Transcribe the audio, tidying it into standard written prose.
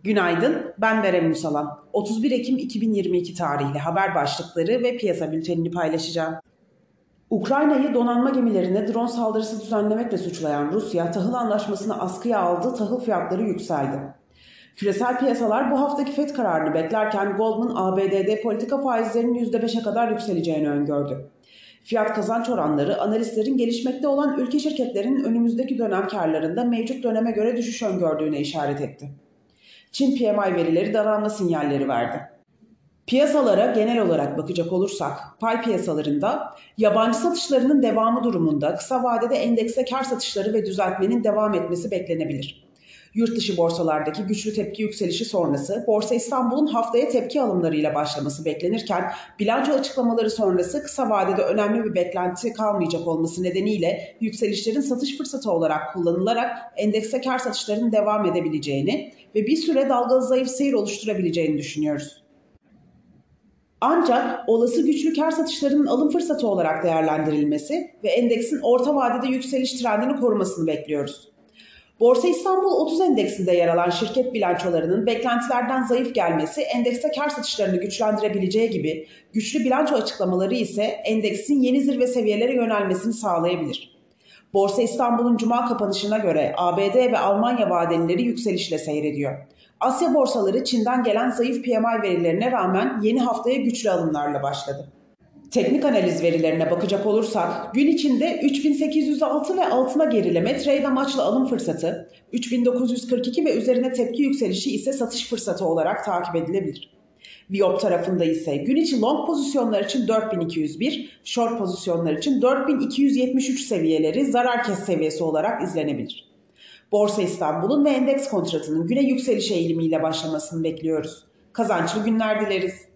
Günaydın, ben Berem Ünsalan. 31 Ekim 2022 tarihli haber başlıkları ve piyasa bültenini paylaşacağım. Ukrayna'yı donanma gemilerine drone saldırısı düzenlemekle suçlayan Rusya, tahıl anlaşmasını askıya aldı, tahıl fiyatları yükseldi. Küresel piyasalar bu haftaki FED kararını beklerken Goldman, ABD'de politika faizlerinin %5'e kadar yükseleceğini öngördü. Fiyat kazanç oranları analistlerin gelişmekte olan ülke şirketlerinin önümüzdeki dönem karlarında mevcut döneme göre düşüş öngördüğüne işaret etti. Çin PMI verileri daralma sinyalleri verdi. Piyasalara genel olarak bakacak olursak, pay piyasalarında yabancı satışlarının devamı durumunda kısa vadede endekste kar satışları ve düzeltmenin devam etmesi beklenebilir. Yurt dışı borsalardaki güçlü tepki yükselişi sonrası Borsa İstanbul'un haftaya tepki alımlarıyla başlaması beklenirken bilanço açıklamaları sonrası kısa vadede önemli bir beklenti kalmayacak olması nedeniyle yükselişlerin satış fırsatı olarak kullanılarak endekste kar satışlarının devam edebileceğini ve bir süre dalgalı zayıf seyir oluşturabileceğini düşünüyoruz. Ancak olası güçlü kar satışlarının alım fırsatı olarak değerlendirilmesi ve endeksin orta vadede yükseliş trendini korumasını bekliyoruz. Borsa İstanbul 30 endeksinde yer alan şirket bilançolarının beklentilerden zayıf gelmesi endekste kar satışlarını güçlendirebileceği gibi güçlü bilanço açıklamaları ise endeksin yeni zirve seviyelere yönelmesini sağlayabilir. Borsa İstanbul'un cuma kapanışına göre ABD ve Almanya vadelileri yükselişle seyrediyor. Asya borsaları Çin'den gelen zayıf PMI verilerine rağmen yeni haftaya güçlü alımlarla başladı. Teknik analiz verilerine bakacak olursak gün içinde 3806 ve altına gerileme trade amaçlı alım fırsatı, 3942 ve üzerine tepki yükselişi ise satış fırsatı olarak takip edilebilir. Viyop tarafında ise gün içi long pozisyonlar için 4201, short pozisyonlar için 4273 seviyeleri zarar kes seviyesi olarak izlenebilir. Borsa İstanbul'un ve endeks kontratının güne yükseliş eğilimiyle başlamasını bekliyoruz. Kazançlı günler dileriz.